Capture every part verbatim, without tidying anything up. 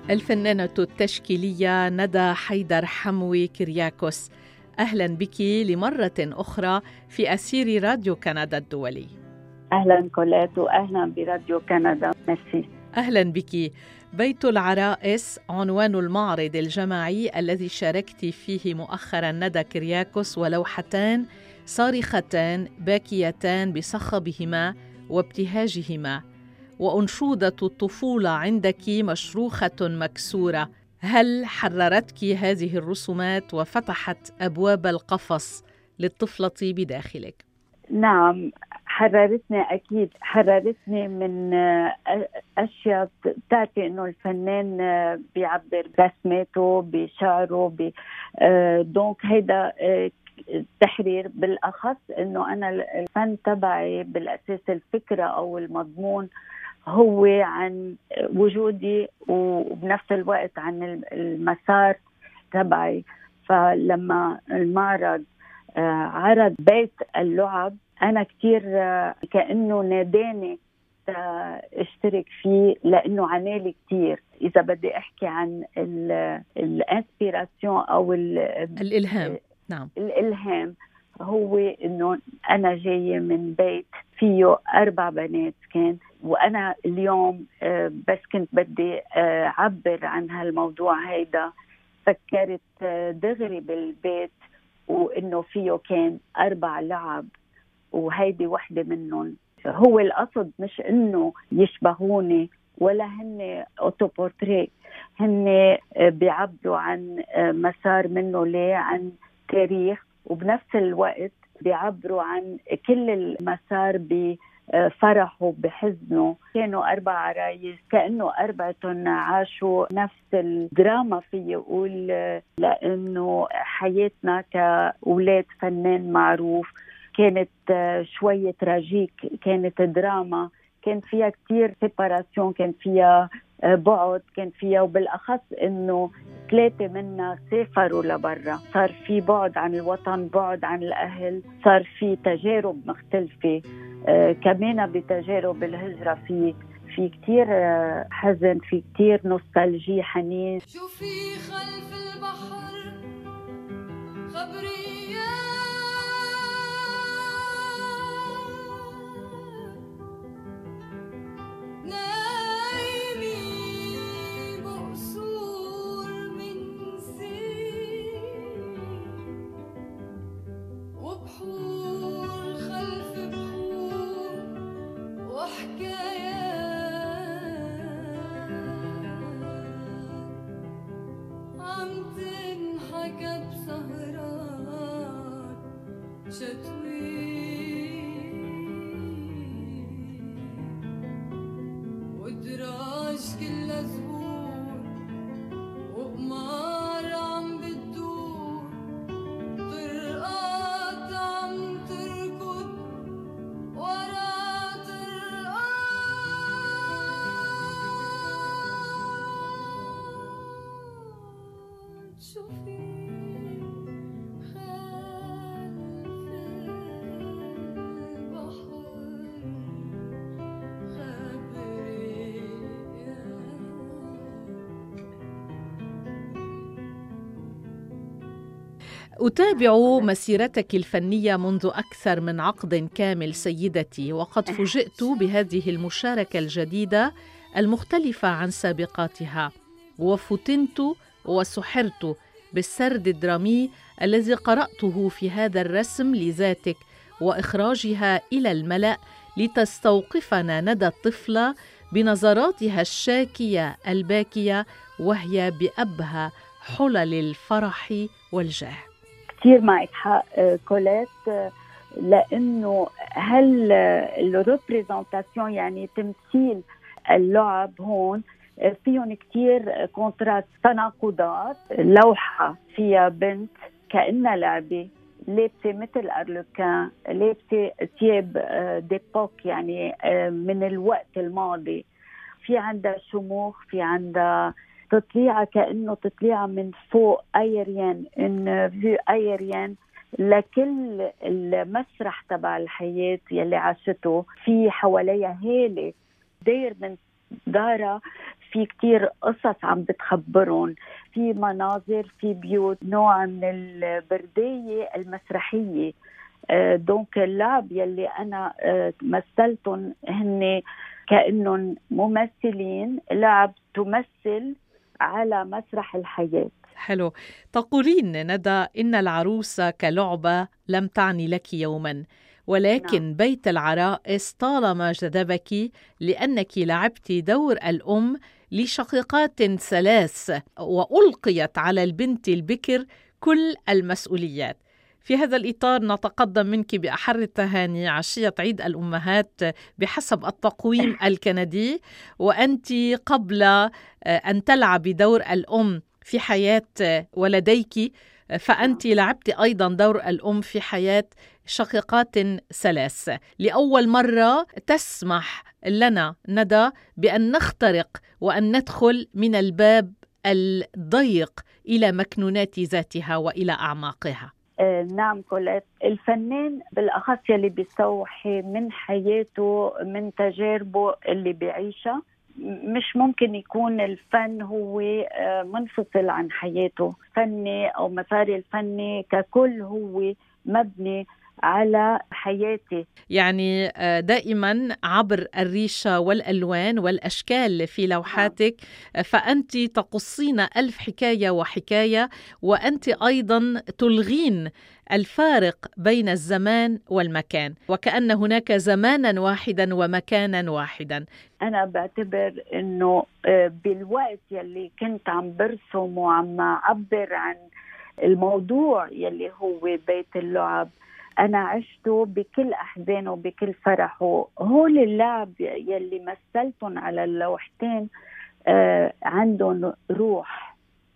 الفنانة التشكيلية ندى حيدر حموي كرياكوس، أهلا بك لمرة أخرى في أسير راديو كندا الدولي. أهلا كولات وأهلا براديو كندا. ميرسي. أهلا بك. بيت العرائس عنوان المعرض الجماعي الذي شاركت فيه مؤخرا ندى كرياكوس، ولوحتان صارختان باكيتان بصخبهما وابتهاجهما، وأنشودة الطفولة عندك مشروخة مكسورة. هل حررتك هذه الرسومات وفتحت أبواب القفص للطفلة بداخلك؟ نعم، حررتني أكيد، حررتني من أشياء بتعطي إنه الفنان بيعبر برسماته بشعره ب... دونك هيدا تحرير. بالأخص إنه أنا الفن تبعي بالأساس الفكرة أو المضمون هو عن وجودي وبنفس الوقت عن المسار تبعي. فلما المعرض عرض بيت اللعب أنا كتير كأنه ناداني اشترك فيه، لأنه عنالي كتير. إذا بدي أحكي عن الانسبيراسيون أو الإلهام، نعم الإلهام، هو إنه أنا جاية من بيت فيه أربع بنات كان، وأنا اليوم بس كنت بدي أعبر عن هالموضوع هيدا فكرت دغري بالبيت وإنه فيه كان أربع لعب وهيدي واحدة منهم. هو القصد مش إنه يشبهوني ولا هن أوتوبورتري، هن بيعبروا عن مسار منه ليه، عن تاريخ، وبنفس الوقت بيعبروا عن كل المسار بفرحه بحزنه. كانوا أربع عرايس كأنه أربعتهم عاشوا نفس الدراما في يقول، لأنه حياتنا كأولاد فنان معروف كانت شوية تراجيك، كانت دراما، كان فيها كتير سيباراسيون، كان فيها بعد، كان فيها وبالأخص إنه ثلاثة منا سافروا لبرا، صار في بعد عن الوطن، بعد عن الأهل، صار في تجارب مختلفة. آه كمان بتجارب الهجرة في في كتير آه حزن، في كتير نوستالجي، حنين. شوفي خلف البحر خبرية أتابع مسيرتك الفنية منذ أكثر من عقد كامل سيدتي، وقد فوجئت بهذه المشاركة الجديدة المختلفة عن سابقاتها، وفتنت وسحرت بالسرد الدرامي الذي قرأته في هذا الرسم لذاتك وإخراجها إلى الملأ لتستوقفنا ندى الطفلة بنظراتها الشاكية الباكية وهي بأبهى حلل الفرح والجاه. كثير معك حق كولات، لأنه هل الريبريزنتاسيون يعني تمثيل اللعب هون فيهم كتير كونتراست، تناقضات. لوحة فيها بنت كأنها لعبة لابسة مثل أرلوكان، لابسة ثياب ديبوك يعني من الوقت الماضي، في عندها شموخ، في عندها تطليعة كأنه تطليعة من فوق أيريان، إن في أيريان لكل المسرح تبع الحياة يلي عاشته. في حواليها هالة داير من دارها في كتير قصص عم بتخبرهم، في مناظر، في بيوت، نوع من البردية المسرحية. دونك اللعب يلي أنا مثلتهم هن كأنهم ممثلين لعب تمثل على مسرح الحياة. حلو. تقولين ندى إن العروسة كلعبة لم تعني لك يوما، ولكن نعم. بيت العرائس طالما جذبك لأنك لعبت دور الأم لشقيقات ثلاث، وألقيت على البنت البكر كل المسؤوليات. في هذا الإطار نتقدم منك بأحر التهاني عشية عيد الأمهات بحسب التقويم الكندي، وأنت قبل أن تلعبي دور الأم في حياة ولديك فأنت لعبت أيضا دور الأم في حياة شقيقات ثلاث. لأول مرة تسمح لنا ندى بأن نخترق وأن ندخل من الباب الضيق إلى مكنونات ذاتها وإلى أعماقها. نعم كوليت، الفنان بالأخص يلي بيستوحي من حياته من تجاربه اللي بيعيشها، مش ممكن يكون الفن هو منفصل عن حياته. فني أو مساري الفني ككل هو مبني على حياتي. يعني دائما عبر الريشة والألوان والأشكال في لوحاتك فأنت تقصين ألف حكاية وحكاية، وأنت أيضا تلغين الفارق بين الزمان والمكان، وكأن هناك زمانا واحدا ومكانا واحدا. أنا بعتبر أنه بالوقت يلي كنت عم برسم وعم أعبر عن الموضوع يلي هو بيت اللعب، أنا عشته بكل أحزانه وبكل فرحه. هول اللعب يلي مثلتهم على اللوحتين آه عندهم روح،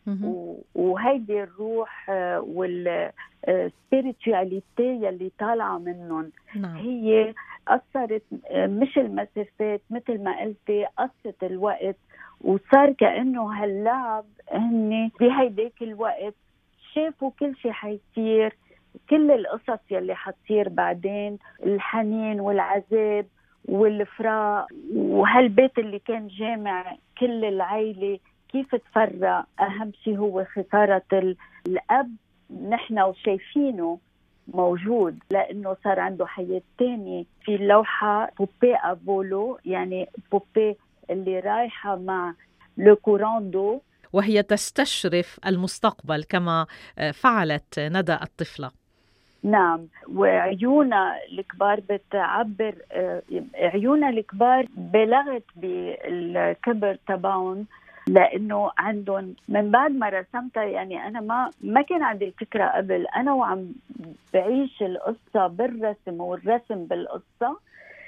وهيدي الروح آه والسبيريتواليتي يلي طالعة منهم نعم. هي أثرت آه مش المسافات مثل ما قلتي، قصت الوقت، وصار كأنه هاللعب هن بهيديك الوقت شافوا كل شيء حيصير، كل القصص يلي حتصير بعدين، الحنين والعذاب والفراق، وهالبيت اللي كان جامع كل العائلة كيف تفرق. أهم شيء هو خسارة الأب، نحن وشايفينه موجود لأنه صار عنده حياة تانية. في اللوحة بوبي أبولو، يعني بوبي اللي رايحة مع لوكوراندو، وهي تستشرف المستقبل كما فعلت ندى الطفلة. نعم، وعيونها الكبار بتعبر، عيونها الكبار بلغت بالكبر تبعهم، لأنه عندهم من بعد ما رسمتها، يعني أنا ما ما كان عندي الفكرة قبل، أنا وعم بعيش القصة بالرسم والرسم بالقصة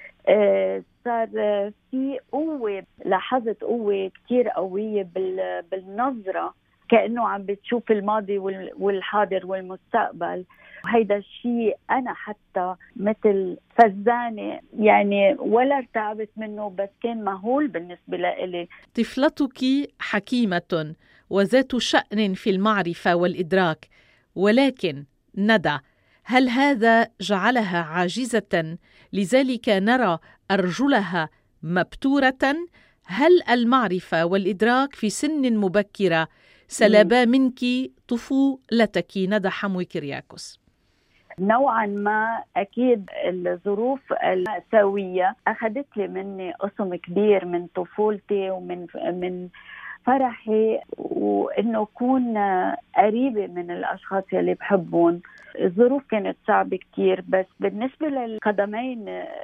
صار في قوة، لاحظت قوة كتير قوية بالنظرة، كأنه عم بتشوف الماضي والحاضر والمستقبل. وهيدا الشيء أنا حتى مثل فزانة يعني ولا ارتعبت منه، بس كان مهول بالنسبة لي. طفلتك حكيمة وذات شأن في المعرفة والإدراك، ولكن ندى، هل هذا جعلها عاجزة لذلك نرى أرجلها مبتورة؟ هل المعرفة والإدراك في سن مبكرة سلبا منك طفولتك ندى حموي كرياكوس؟ نوعا ما أكيد الظروف المأساوية أخذت لي مني قسم كبير من طفولتي ومن من فرحي، وإنه أكون قريبة من الأشخاص اللي بحبهم. الظروف كانت صعبة كتير، بس بالنسبة للقدمين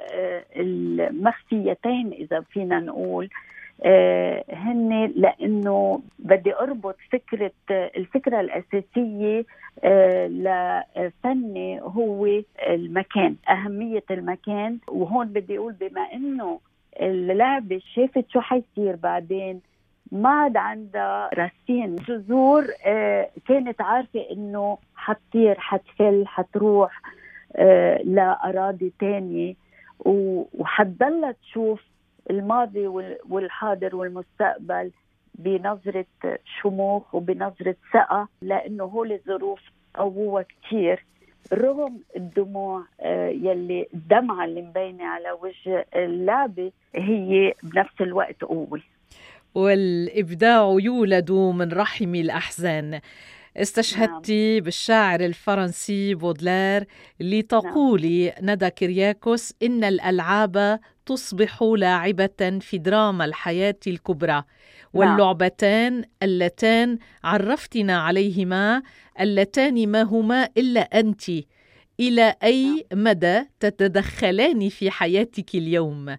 المخفيتين إذا فينا نقول هن، لأنه بدي أربط فكرة الفكرة الأساسية لفني هو المكان، أهمية المكان. وهون بدي أقول بما إنه اللعبة شافت شو حيصير بعدين، ما عاد عندها راسين جذور، كانت عارفة إنه حتطير حتفل حتروح لأراضي تانية، وحتضل تشوف الماضي والحاضر والمستقبل بنظرة شموخ وبنظرة ثقة، لأنه هول الظروف قووها كتير رغم الدموع يلي الدمعة اللي مبينة على وجه اللعبة هي بنفس الوقت قوة. والإبداع يولد من رحم الأحزان. استشهدت نعم. بالشاعر الفرنسي بودلير لتقولي نعم. ندى كيرياكوس إن الألعاب تصبح لاعبة في دراما الحياة الكبرى، واللعبتان اللتان عرفتنا عليهما اللتان ما هما إلا أنت. إلى أي مدى تتدخلان في حياتك اليوم؟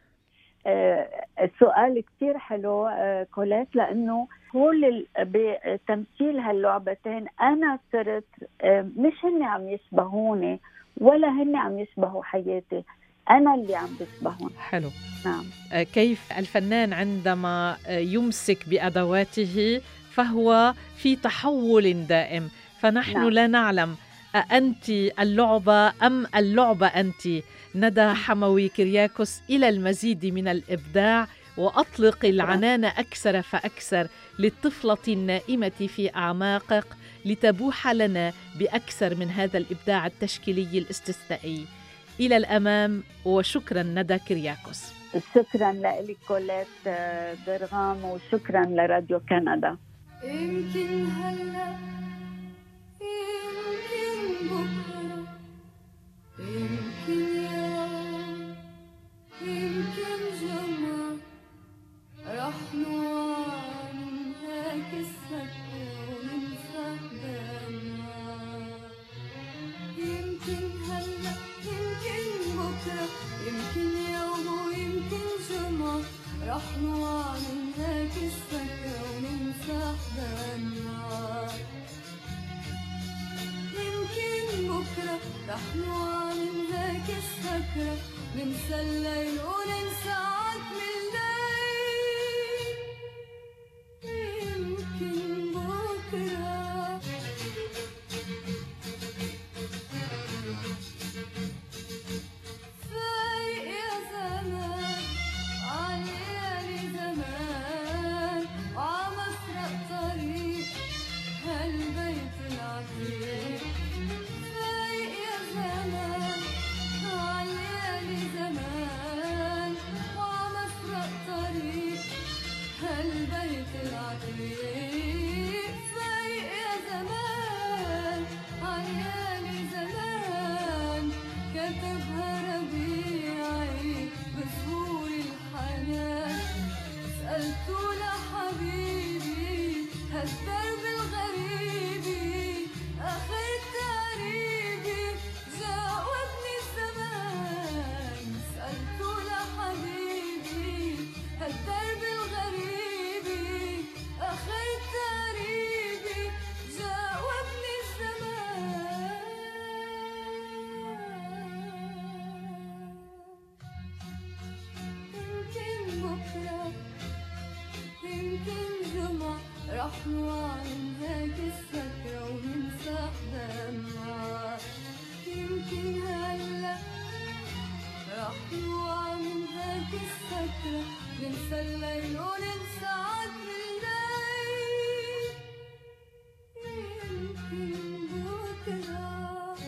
السؤال كتير حلو كولات، لأنه كل بتمثيل هاللعبتين أنا صرت مش هن عم يشبهوني ولا هن عم يشبهوا حياتي، أنا اللي عم بشبهون. حلو. نعم. كيف الفنان عندما يمسك بأدواته فهو في تحول دائم، فنحن نعم. لا نعلم أأنت اللعبة أم اللعبة أنت. ندى حموي كيرياكوس، إلى المزيد من الإبداع، وأطلق العنان أكثر فأكثر للطفلة النائمة في أعماقك لتبوح لنا بأكثر من هذا الإبداع التشكيلي الاستثنائي. إلى الأمام، وشكرا ندى كيرياكوس. شكرا لك كولات درغام، وشكرا لراديو كندا. يمكن هلا يمكن بكرة يمكن يوم يمكن جمعة رح نوعى من هيك السكة وننسى دمعة. يمكن هلا يمكن بكرة يمكن يوم ويمكن جمعة رح نوعى من هيك السكة وننسى دمعة. يمكن بكرة رح نوعى من هيك السكرة ننسى الليل وننسى عتم الليل. يمكن بكرة فايق يا زمان عالليالي زمان وعمسرق طريق هالبيت العتيق. فايق يا زمان عالليالي زمان وعمسرق طريق هالبيت العتيق. فايق يا زمان عالليالي زمان كتبها ربيعي بزهور الحنان. سألته لحبيبي هالدرب الغريبي آخر تقريبي جاوبني الزمان. سألته لحبيبي هالدرب الغريبي آخر تقريبي جاوبني الزمان. يمكن بكرة يمكن جمعة رح نوعى من هيك السكرة وننسى دمعة. يمكن هلا رح نوعى من هيك السكرة ننسى الليل وننسى عتم الليل. يمكن بكرة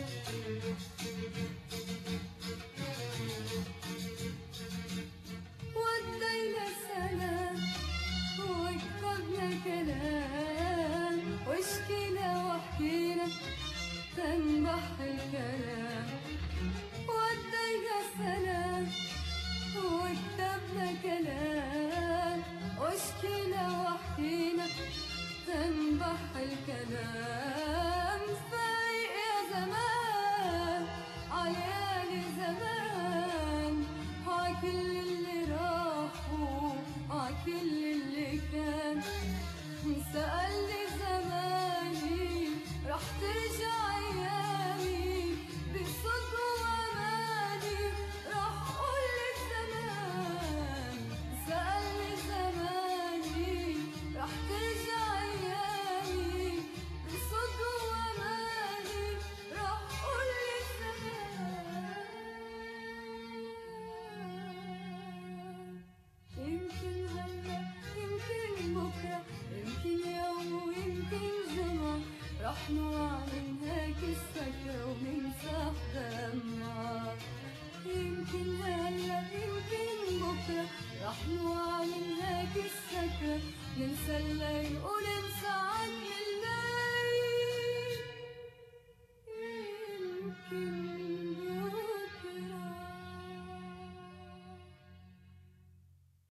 ودينا سلام وكتبنا كلام واشكينا وحكينا تنبح الكلام. ودينا سلام وكتبنا كلام واشكينا وحكينا تنبح الكلام. فايق يا زمان عالليالي زمان عكل اللي راحوا عكل اللي كان. سألني زماني رح ترجع أيامي بصدق وأماني رح قولك زمان. سألني زماني رح ترجع أيامي بصدق مخلوع من هيك السكرة ننسى الليل